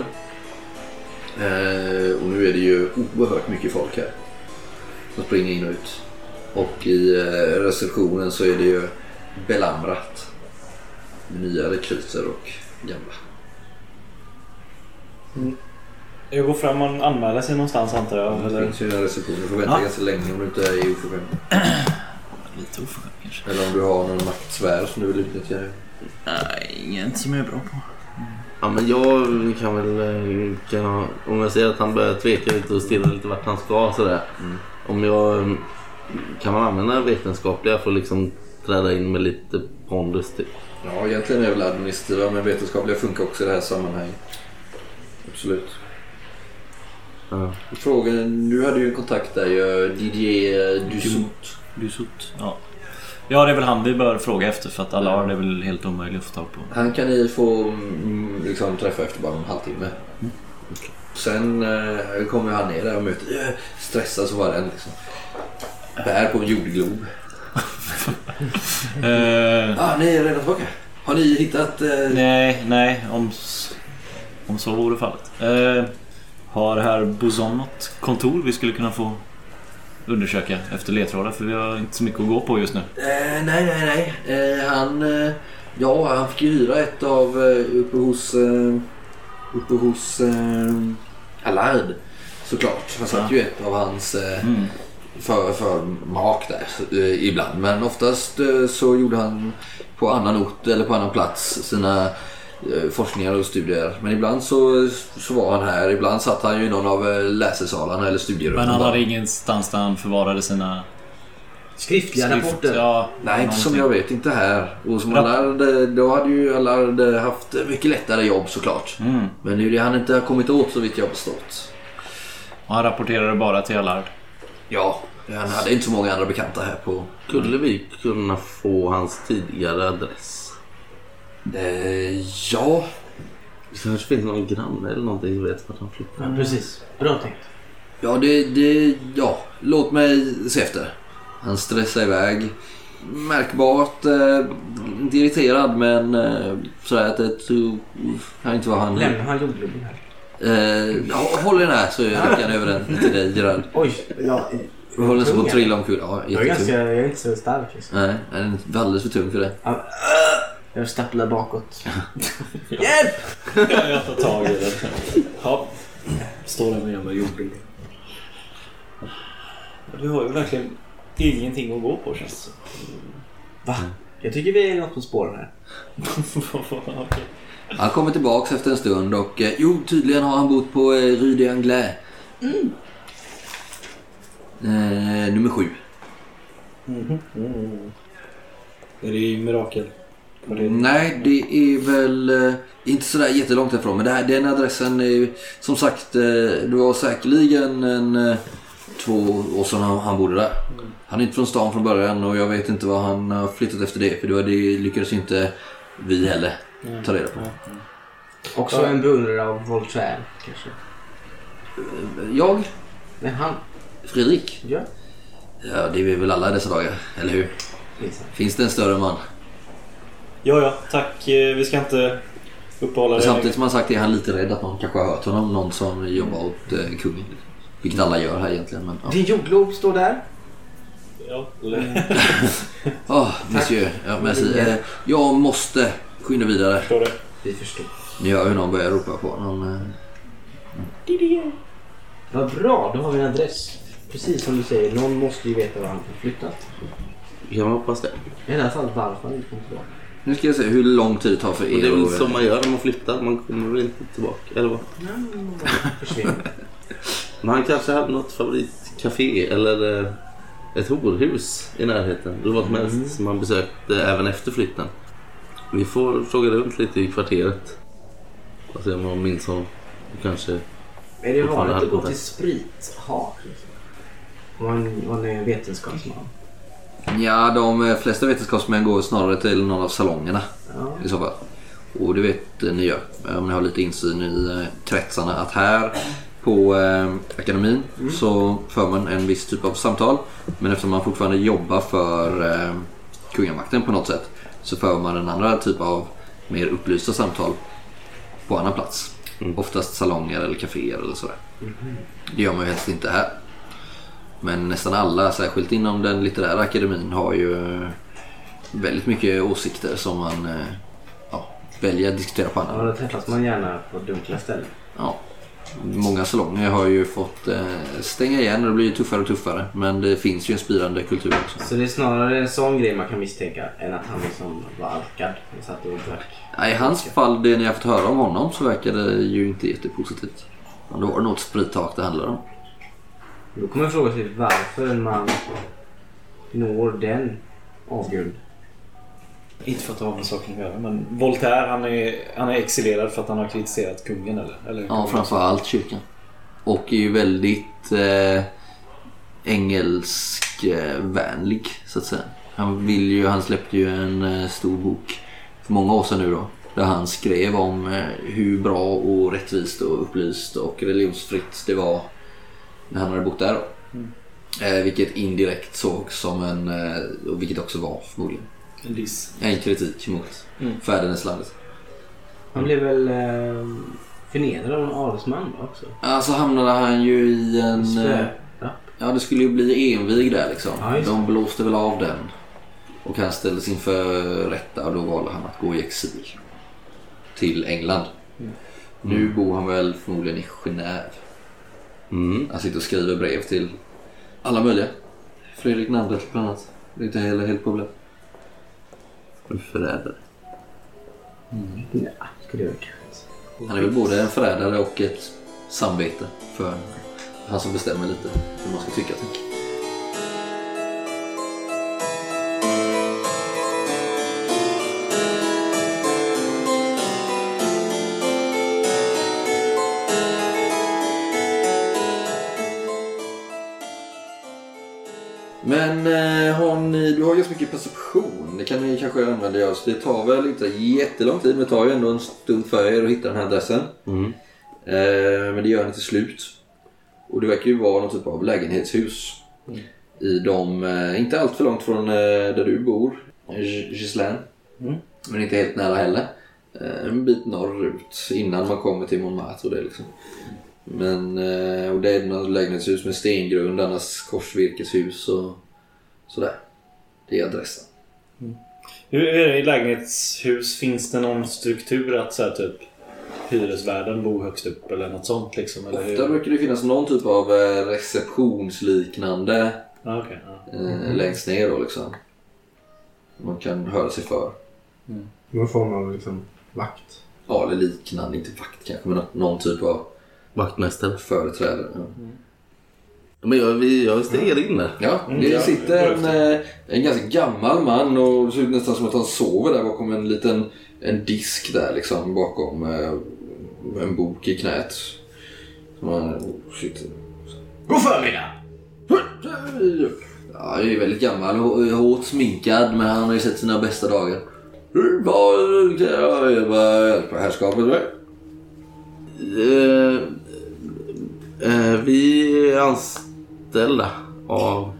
Och nu är det ju oerhört mycket folk här som springer in och ut. Och i receptionen så är det ju belamrat med nya rekryter och gamla. Jag går fram och anmäler sig någonstans antar jag. Det finns ju en reception. Du får vänta ganska länge om du inte är oförskämd. Lite oförskämd kanske. Eller om du har någon maktsfär som du vill utnyttja. Nej, inget som jag är bra på. Ja, men jag kan väl om jag ser att han börjar tveka lite och stirra lite vart han ska sådär. Om jag kan man använda vetenskapliga för att liksom träda in med lite pondus typ. Ja, egentligen är väl administrativa, men vetenskapliga funkar också i det här sammanhanget. Absolut. Ja. Frågan, du hade ju en kontakt där, Didier Dussault. Ja. Ja, det är väl han vi bör fråga efter för att alla har det väl helt omöjligt att få tag på. Han kan ni få liksom träffa efter bara en halvtimme. Okay. Sen kommer han ner där och möter stressad så var den liksom. Bär på en jordglob. Ni är redan tillbaka. Har ni hittat... Nej, om så vore fallet. Har herr Bozon något kontor vi skulle kunna få undersöka efter ledtrådar? För vi har inte så mycket att gå på just nu. Nej. Han fick ju hyra ett av uppe hos Allard. Såklart. Han satt ju ett av hans för mak där ibland. Men oftast så gjorde han på annan ort eller på annan plats sina forskningar och studier. Men ibland så var han här. Ibland satt han ju i någon av läsesalarna eller studierummen. Men han hade ingenstans där han förvarade sina skriftliga rapporter? Ja, nej, inte som jag vet. Inte här. Och som Allard, då hade ju Allard haft mycket lättare jobb såklart. Men nu är det han inte har kommit åt så vitt jag har förstått. Och han rapporterade bara till Allard? Ja, han hade inte så många andra bekanta här på... Skulle vi kunna få hans tidigare adress? Ja. Det kanske finns någon granne eller någonting som vet vart han flyttar. Ja, precis. Bra tänkt. Ja, låt mig se efter. Han stressar iväg. Märkbart inte irriterad, men sådär att han inte var han... Lämnar han jordgloben här? Håll den här så jag kan över den till dig, Gerard. Oj, ja. Du håller så på att trilla omkull. Ja, jag är inte så stark. Liksom. Nej, den är alldeles för tung för det. Jag stapplar bakåt. Hjälp! Jag tar tag i det. Ja. Står där med jävla jordgloben. Du har ju verkligen ingenting att gå på, känns det. Va? Jag tycker vi är något på spåren här. Okay. Han kommer tillbaks efter en stund och tydligen har han bott på Rue des Anglais. Nummer 7. Är det mirakel? Nej, det är väl inte sådär jättelångt ifrån. Men den adressen är som sagt, det var säkerligen 2 år sedan han bodde där. Han är inte från stan från början och jag vet inte vad han har flyttat efter det. För det lyckades inte vi heller ta reda på. Också en beundrare av Voltaire kanske. Jag? Nej, han. Fredrik? Ja. Ja, det är väl alla i dessa dagar, eller hur? Finns det en större man? Ja, tack. Vi ska inte uppehålla det. Samtidigt som han sagt är han lite rädd att någon kanske har hört honom. Någon som jobbar åt kungen. Vilket alla gör här egentligen. Men, ja. Din jordglob står där. Ja. Monsieur. Ja, merci. Jag måste skynda vidare. Förstår det. Vi förstår. Ni hör hur någon börjar ropa på någon. Vad bra, då har vi en adress. Precis som du säger, någon måste ju veta var han har flyttat. Kan man hoppas det? I alla fall varför han inte kommer tillbaka. Nu ska jag se hur lång tid det tar för er. Och det är väl som man gör när man flyttar. Man kommer väl inte tillbaka, eller vad? Försvinner. Men han kanske hade något favoritcafé eller ett horhus i närheten. Det var som helst som man besökte även efter flytten. Vi får fråga runt lite i kvarteret. Och se om man minns om kanske... Är det vanligt att gå till sprithak? Om man är vetenskapsman. Ja, de flesta vetenskapsmän går snarare till någon av salongerna i så fall. Och det vet ni gör, om ni har lite insyn i kretsarna, att här på akademin så för man en viss typ av samtal. Men eftersom man fortfarande jobbar för kungamakten på något sätt, så för man en annan typ av mer upplysta samtal på annan plats. Oftast salonger eller kaféer eller sådär. Det gör man ju helst inte här. Men nästan alla, särskilt inom den litterära akademin, har ju väldigt mycket åsikter som man väljer att diskutera på andra. Ja, då träffas man gärna på dunkla ställen. Ja, många salonger har ju fått stänga igen och det blir ju tuffare och tuffare. Men det finns ju en spirande kultur också. Så det är snarare en sån grej man kan misstänka än att han liksom var alkad och satt och drack. Nej, i hans fall, det ni har fått höra om honom, så verkar det ju inte jättepositivt. Men då var det något sprittak det handlar om. Då kommer jag fråga sig varför en man når den avgrund. Inte för att ha med saken att göra, men Voltaire han är exilerad för att han har kritiserat kungen eller Ja, framförallt kyrkan. Och är ju väldigt engelskvänlig så att säga. Han släppte ju en stor bok för många år sedan nu då, där han skrev om hur bra och rättvist och upplyst och religionsfritt det var när han hade bott där då. Vilket indirekt såg som och vilket också var förmodligen en kritik mot fäderneslandet. Han blev väl förnedrad av en adelsman också. Alltså hamnade han ju i en... Ja, det skulle ju bli envig där liksom. Ja, de blåste väl av den. Och han ställdes inför rätta och då valde han att gå i exil till England. Nu bor han väl förmodligen i Genève. Han sitter och skriver brev till alla möjliga. Fredrik Nandel bland annat. Det är inte heller helt problem. Förrädare. Nej, skulle jag kanske. Han är väl både en förrädare och ett samvete för han som bestämmer lite hur man ska tycka. Men du har ju så mycket perception. Det kan ni kanske använda er av. Så det tar väl inte jättelång tid, men det tar ju ändå en stund för er att hitta den här adressen. Men det gör ni till slut. Och det verkar ju vara någon typ av lägenhetshus i inte allt för långt från där du bor, Gislaine. Men inte helt nära heller. En bit norrut innan man kommer till Montmartre och det liksom. Men och det är något lägenhetshus med stengrund, annars korsvirkeshus och sådär. Det är adressen. Hur är det i lägenhetshus? Finns det någon struktur att så här, typ hyresvärden bor högst upp eller något sånt liksom? Eller ofta brukar det finnas någon typ av receptionsliknande längst ner då liksom. Man kan höra sig för. Någon form av liksom vakt. Ja, eller liknande, inte vakt kanske, men någon typ av vaktmästare. Företrädare. Men jag stegar in där. Ja, det sitter en ganska gammal man och det ser ut nästan som att han sover där bakom en disk där liksom, bakom en bok i knät. God förmiddag! Ja, jag är väldigt gammal och hårt sminkad, men han har ju sett sina bästa dagar. Vad kan jag hjälpa herrskapet med? Vi är anställda av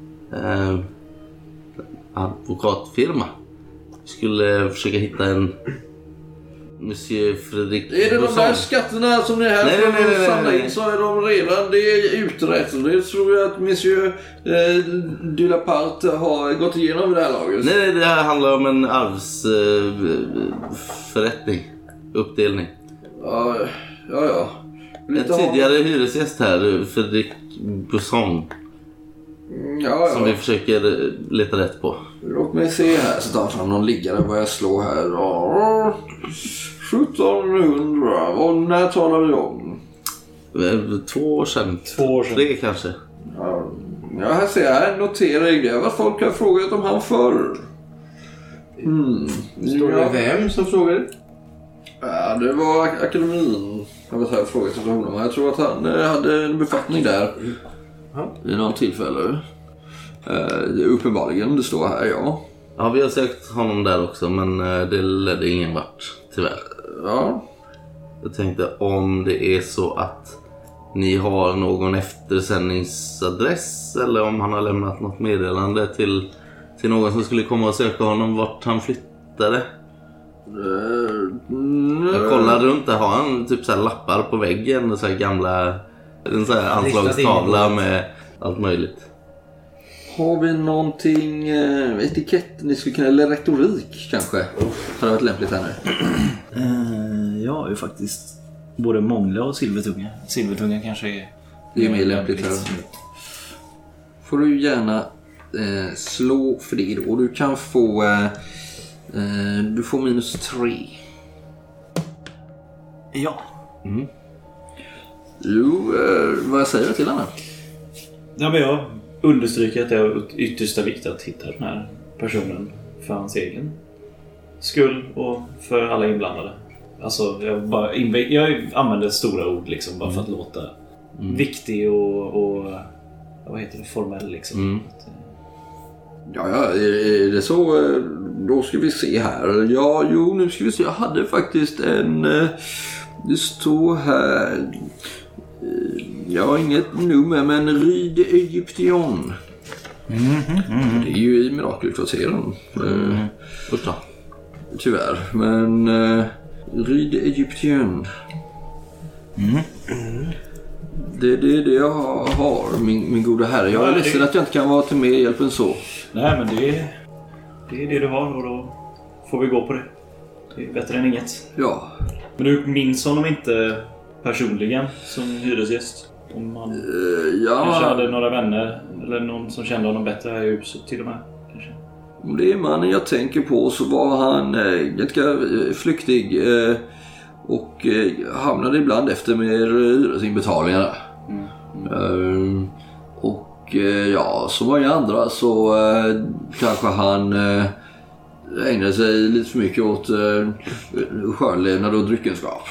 advokatfirma. Vi skulle försöka hitta en Monsieur Fredrik. Är det de där skatterna som ni är här för att samla in, så är de redan utrett. Det tror jag att Monsieur Dulapart har gått igenom vid det här laget. Nej, det här handlar om en arvsförrättning. Uppdelning. Ja. En tidigare hyresgäst här, Fredrik Busson. Som vi försöker leta rätt på. Låt mig se här, så tar fram någon liggare och börjar slå här. 1700, och när talar vi om? 2 år sedan. 2 år sedan. 3 kanske. Ja, Ja, här ser jag en notering. Det har varit folk har frågat om han förr. Står det vem som frågade? Ja, det var akademin. Jag vet inte, frågat till honom. Jag tror att han hade en befattning där. I något tillfälle. Uppenbarligen, det står här, ja. Ja, vi har sökt honom där också, men det ledde ingen vart, tyvärr. Ja. Jag tänkte om det är så att ni har någon eftersändningsadress eller om han har lämnat något meddelande till någon som skulle komma och söka honom vart han flyttade. Jag kollade runt där, har han typ så här lappar på väggen och så här gamla, en så här anslagstavla med allt möjligt. Har vi någonting etikett ni skulle kunna, eller retorik kanske? Har det varit lämpligt här nu? Jag är ju faktiskt både mångla och silvertunga. Silvertunga kanske är... Det är mer lämpligt här. Får du gärna slå för det då. Du kan få... du får -3. Ja. Jo, vad säger du till henne? Ja, men jag understryker att det är yttersta vikt att hitta den här personen för hans egen skull och för alla inblandade. Alltså, jag använder stora ord liksom bara för att låta viktig och vad heter det, formell liksom. Ja, är det så? Då ska vi se här. Ja, jo, nu ska vi se. Jag hade faktiskt en... Det står här... Jag har inget nummer, men Ryd Egyption. Det är ju i Mirakelkvarteren. Tyvärr, men... Ryd Egyption. Det är det jag har, min goda herre. Jag är ledsen att jag inte kan vara till mer hjälp än så. Nej, men det är det du har och då får vi gå på det. Det är bättre än inget. Ja. Men du minns honom inte personligen som hyresgäst? Om man kanske hade några vänner eller någon som kände honom bättre här i huset till och med. Kanske. Om det är mannen jag tänker på så var han ganska flyktig och hamnade ibland efter med hyresinbetalningarna. Och ja, som många andra så kanske han ägnade sig lite för mycket åt skönlevnad och dryckenskap.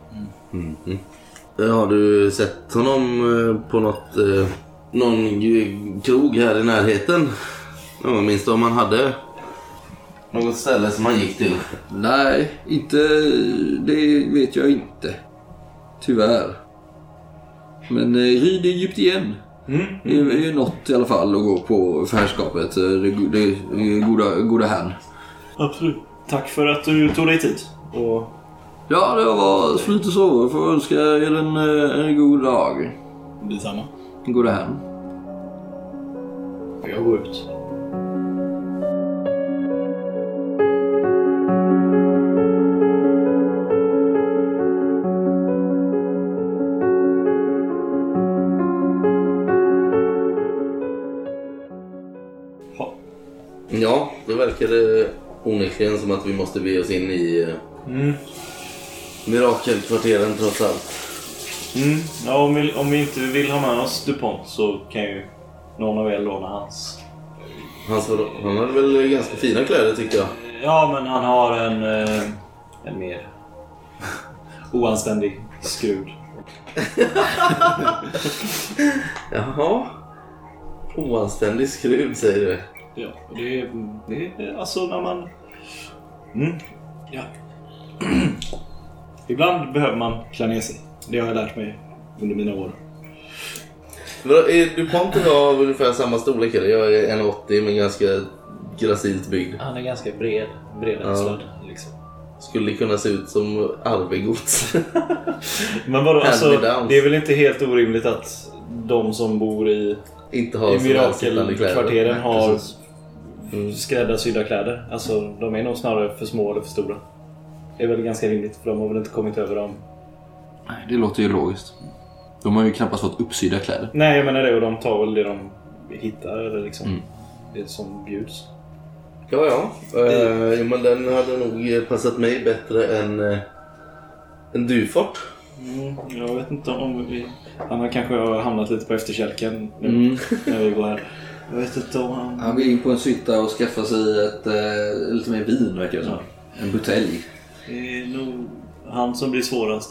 Har du sett honom på någon krog här i närheten? Minns du om han hade något ställe som han gick till? Nej, inte, det vet jag inte. Tyvärr. Men Ryd Egyptien är ju något i alla fall att gå på för herrskapet. Det är goda herrn. Absolut. Tack för att du tog dig tid. Och... Ja, det var lite så. Jag får önska er en god dag. Detsamma. Goda herrn. Jag går ut. Ja, då verkar det onekligen som att vi måste be oss in i Mirakelkvarteren trots allt. Ja, om vi inte vill ha med oss DuPont så kan ju någon av er låna hans. Han hade väl ganska fina kläder tycker jag. Ja, men han har en mer oanständig skrud. Jaha. Oanständig skrud säger du. Ja, det är alltså när man... Ja. Ibland behöver man klä ner sig. Det har jag lärt mig under mina år. Är DuPont av ungefär samma storlek eller? Jag är 1,80 men ganska gracilt byggd. Han är ganska bredäxlad liksom. Skulle kunna se ut som arvegods. Men vadå, alltså, det är väl inte helt orimligt att de som bor i Mirakelkvarteren har skräddarsydda kläder. Alltså de är nog snarare för små eller för stora. Det är väl ganska rimligt för de har väl inte kommit över dem. Nej, det låter ju logiskt. De har ju knappast fått uppsydda kläder. Nej, jag menar det, och de tar väl det de hittar eller liksom det som bjuds. Ja. Men den hade nog passat mig bättre än Dufort. Jag vet inte om vi... Han har kanske hamnat lite på efterkälken nu när vi går här. Jag vet inte om han... Han vill in på en sytta och skaffa sig ett lite mer vin, verkar det som. En butelj. Det är nog han som blir svårast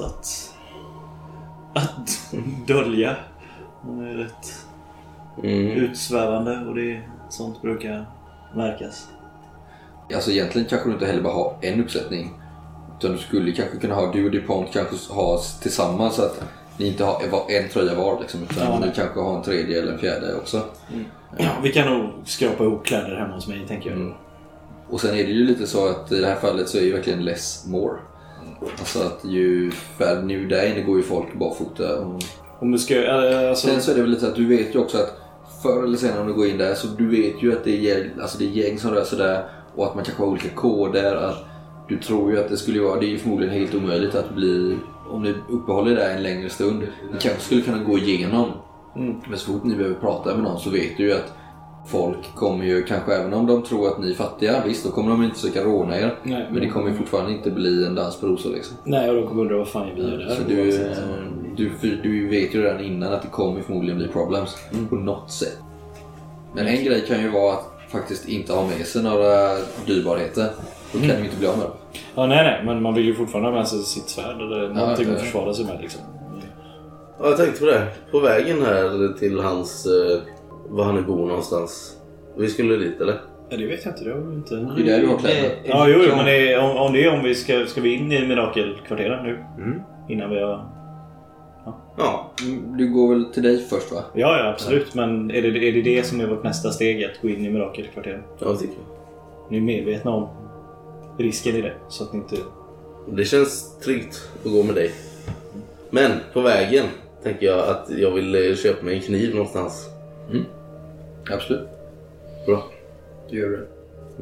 att dölja. Han är rätt utsvävande och sånt brukar märkas. Alltså egentligen kanske du inte heller bara ha en uppsättning. Utan du skulle kanske kunna ha, du och DuPont kanske ha tillsammans så att ni inte har en tröja var liksom, utan ni kanske har en tredje eller en fjärde också. Ja, vi kan nog skrapa ihop kläder hemma hos mig, tänker jag. Och sen är det ju lite så att i det här fallet så är ju verkligen less more. Alltså att ju färre nu där inne går ju folk barfota. Om du ska, alltså... Sen så är det väl lite så att du vet ju också att förr eller senare om du går in där så du vet ju att det är gäng som rör sig där och att man kanske har olika koder. Att du tror ju att det skulle vara, det är ju förmodligen helt omöjligt att bli, om ni uppehåller där en längre stund, ni kanske skulle kunna gå igenom. Men så fort ni behöver prata med någon så vet du ju att folk kommer ju kanske, även om de tror att ni är fattiga, visst då kommer de inte försöka råna er. Nej, men det kommer ju fortfarande inte bli en dans på rosor liksom. Nej, och de kommer undra vad fan vi gör där. Så du vet ju redan innan att det kommer förmodligen bli problems på något sätt. Men en grej kan ju vara att faktiskt inte ha med sig några dyrbarheter. Då kan du inte bli av med dem. Ja, nej, men man vill ju fortfarande ha med sig sitt svärd eller någonting att försvara sig med liksom. Ja, jag tänkte på det. På vägen här till hans, var han bor någonstans. Vi skulle dit, eller? Ja, det vet jag inte. Det är inte... Det är där du har kläder. Ja, jo, men om vi ska vi in i Mirakelkvarteren nu? Innan vi har... Ja. Du går väl till dig först, va? Ja, absolut. Men är det som är vårt nästa steg, att gå in i Mirakelkvarteren? Ja, det tycker jag. Ni är medvetna om risken i det, så att ni inte... Det känns tryggt att gå med dig. Men på vägen tänker jag att jag vill köpa mig en kniv någonstans. Absolut. Bra. Du gör det.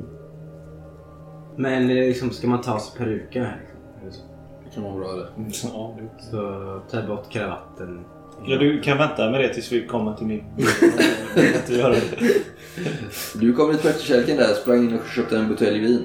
Men liksom, ska man ta sig peruka här? Liksom? Det kan vara bra det. Ja, så ta bort kravatten. Ja, du kan vänta med det tills vi kommer till min... Du kom lite på efterkälken där, sprang in och köpte en butelj vin.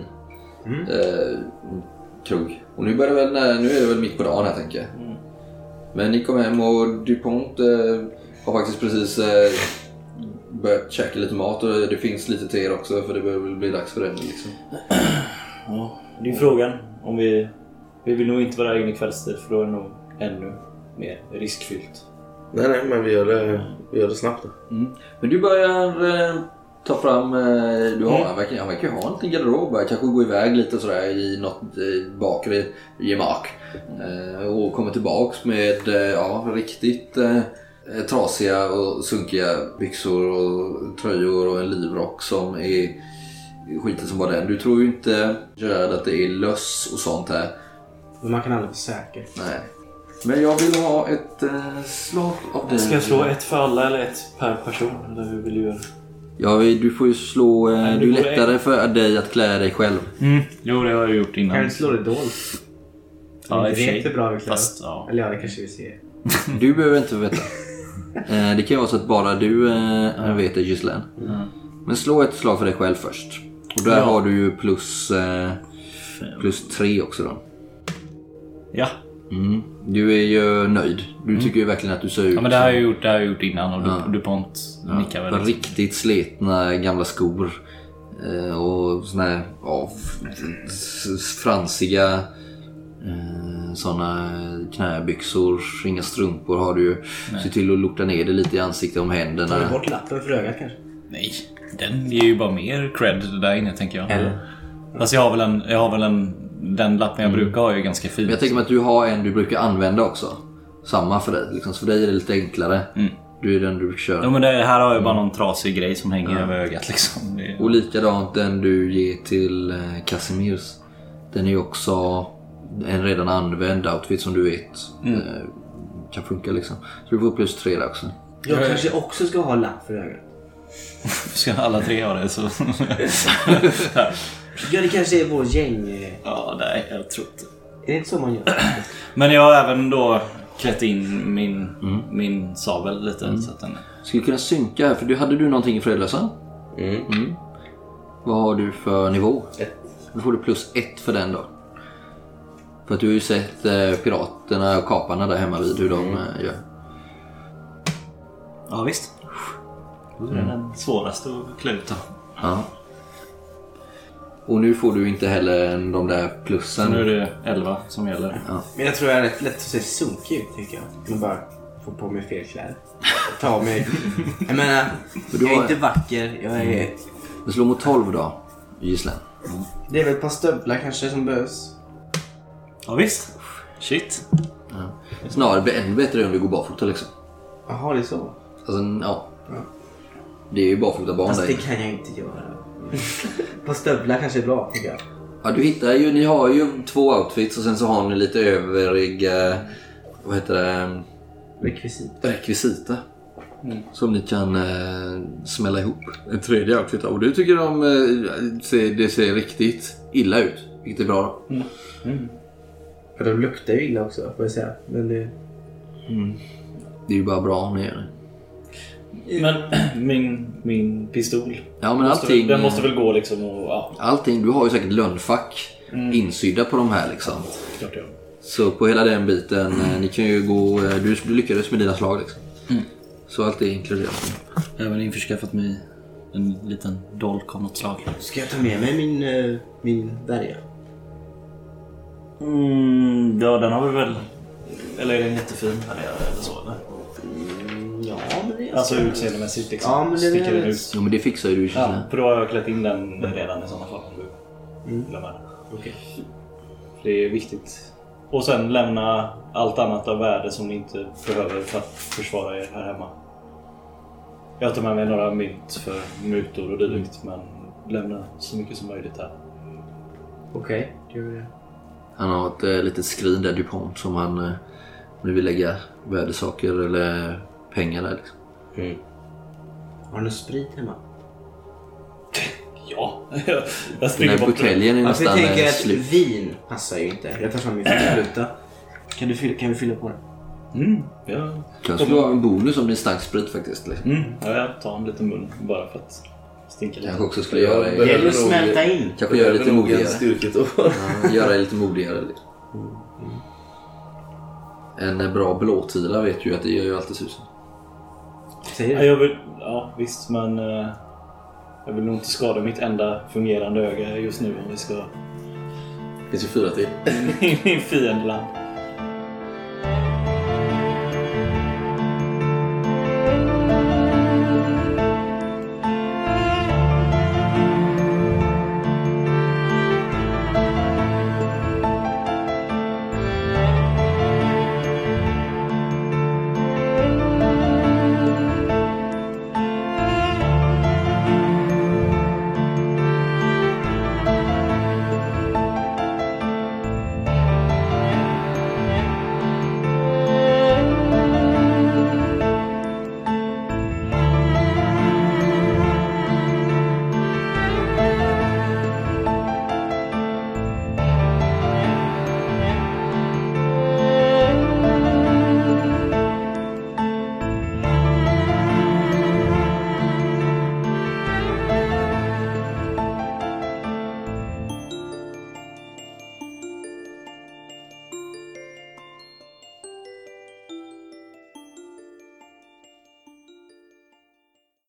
Krog. Och nu är det väl mitt på dagen här, tänker jag. Men ni kom hem och DuPont har faktiskt precis börjat käka lite mat och det finns lite te också, för det börjar väl bli dags för det liksom. Ja, det är frågan. Om vi vill nog inte vara där inne i kvällstid, för då är det nog ännu mer riskfyllt. Nej, men vi gör det snabbt då. Men du börjar ta fram, han verkar ha en liten garderob, kanske gå iväg lite sådär i något bakre gemak och kommer tillbaks med riktigt trasiga och sunkiga byxor och tröjor och en livrock som är skiten som var den. Du tror ju inte att det är löss och sånt här. Men man kan aldrig vara säker. Nej. Men jag vill ha ett slag av det. Ska jag slå ett för alla eller ett per person? Eller hur vill du göra? Ja, du får ju slå... det är lättare för dig att klä dig själv. Jo, det har jag gjort innan. Kan du slå det dolt? Ja, det vet hur bra vi klarar. Fast, ja. Eller det kanske vi ser. Du behöver inte veta. Det kan ju vara så att bara du vet det, Gislaine. Men slå ett slag för dig själv först. Och där har du ju plus 3 också då. Ja. Du är ju nöjd. Du tycker ju verkligen att du ser ut. Ja, men det har jag gjort innan och DuPont nickar väl. Riktigt sletna gamla skor. Och såna här fransiga såna knäbyxor, inga strumpor har du ju. Se till att lukta ner det lite i ansiktet om händerna. Tar du bort lappen för ögat kanske? Nej, den ger ju bara mer cred där inne, tänker jag. Eller? Alltså jag har väl den lappen jag brukar ha är ju ganska fin. Men jag tänker mig att du har en du brukar använda också. Samma för dig. Liksom. Så för dig är det lite enklare. Du är den du kör. Ja, men det här har ju bara någon trasig grej som hänger över ögat liksom. Och likadant den du ger till Casimirs. Den är ju också en redan använd outfit som du vet kan funka liksom. Så du får plus 3 där också. Jag kanske också ska ha lapp för ögat. Ska alla tre ha det så... Ja, det kanske är vår gäng. Ja, nej, jag tror inte. Är det inte så man gör? Men jag har även då klätt in min sabel lite så att den... Ska vi kunna synka här? För hade du någonting i fredlösa? Vad har du för nivå? 1. Då får du plus 1 för den då. För att du har ju sett piraterna och kaparna där hemma vid hur de gör. Ja, visst. Det är den svåraste att klä ut. Ja. Och nu får du inte heller de där plussen. Nu är det 11 som gäller. Ja. Men jag tror jag är rätt lätt att se sunkig ut, tycker jag. Men bara få på mig fel kläder. Ta mig... Jag menar, jag är inte vacker. Jag är... Du slår mot 12 då, gisslan. Det är väl ett par stövlar kanske som behövs. Ja, visst. Shit. Ja. Snarare blir ännu bättre om du går barfota liksom. Jaha, det är så. Alltså, ja. Det är ju barfota barn Fast där. det kan jag inte göra. På stövlar kanske är bra, tycker jag. Ja, du hittar ju, ni har ju 2 outfits och sen så har ni lite övriga, vad heter det? Rekvisita. Som ni kan smälla ihop. En tredje outfit. Och du tycker det ser riktigt illa ut. Vilket är bra då. Ja, de luktar ju illa också, får jag säga. Men det... Det är ju bara bra om ni gör det. Men min pistol. Ja, men allting... Den måste väl gå liksom och... Ja. Allting, du har ju säkert lönnfack insydda på de här liksom. Klart jag. Så på hela den biten, ni kan ju gå... Du lyckades med dina slag liksom. Så allt är inkluderat. Jag har även införskaffat mig en liten dolk av något slag. Ska jag ta med mig min värja? Ja, den har vi väl... Eller är den jättefin eller så? Eller? Ja, men det är... Alltså utseendemässigt liksom. Ja, men det är Sticker den väl- ut. Jo, men det fixar ju du. Ja, för då har jag klätt in den redan i sådana fall. Okej. Det är viktigt. Och sen lämna allt annat av värde som ni inte behöver för att försvara er här hemma. Jag tar med mig några mynt för mutor och dylikt, men lämna så mycket som möjligt här. Okej, gör vi det. Han har ett litet skrin där DuPont som han nu vill lägga värdesaker eller pengar där liksom. Har du sprit hemma? Ja, jag Den springer här bort. buteljen är Alltså jag nästan tänker att slut. vin passar ju inte. Jag tar fram min flaska. Kan vi fylla på den? Ja. Kanske skulle vara en bonus om det är stark sprit faktiskt. Liksom. Ja, jag tar en liten mun bara för att stinka lite. Kanske också skulle göra Det gäller att smälta in. kanske göra lite modigare. Styrket Ja, göra lite modigare. Liksom. En bra blåtila vet ju att det gör ju alltid susen. Säger Ja, du? jag vill, ja visst, men jag vill nog inte skada mitt enda fungerande öga just nu om vi ska Det finns ju 4 till. in i fiendeland.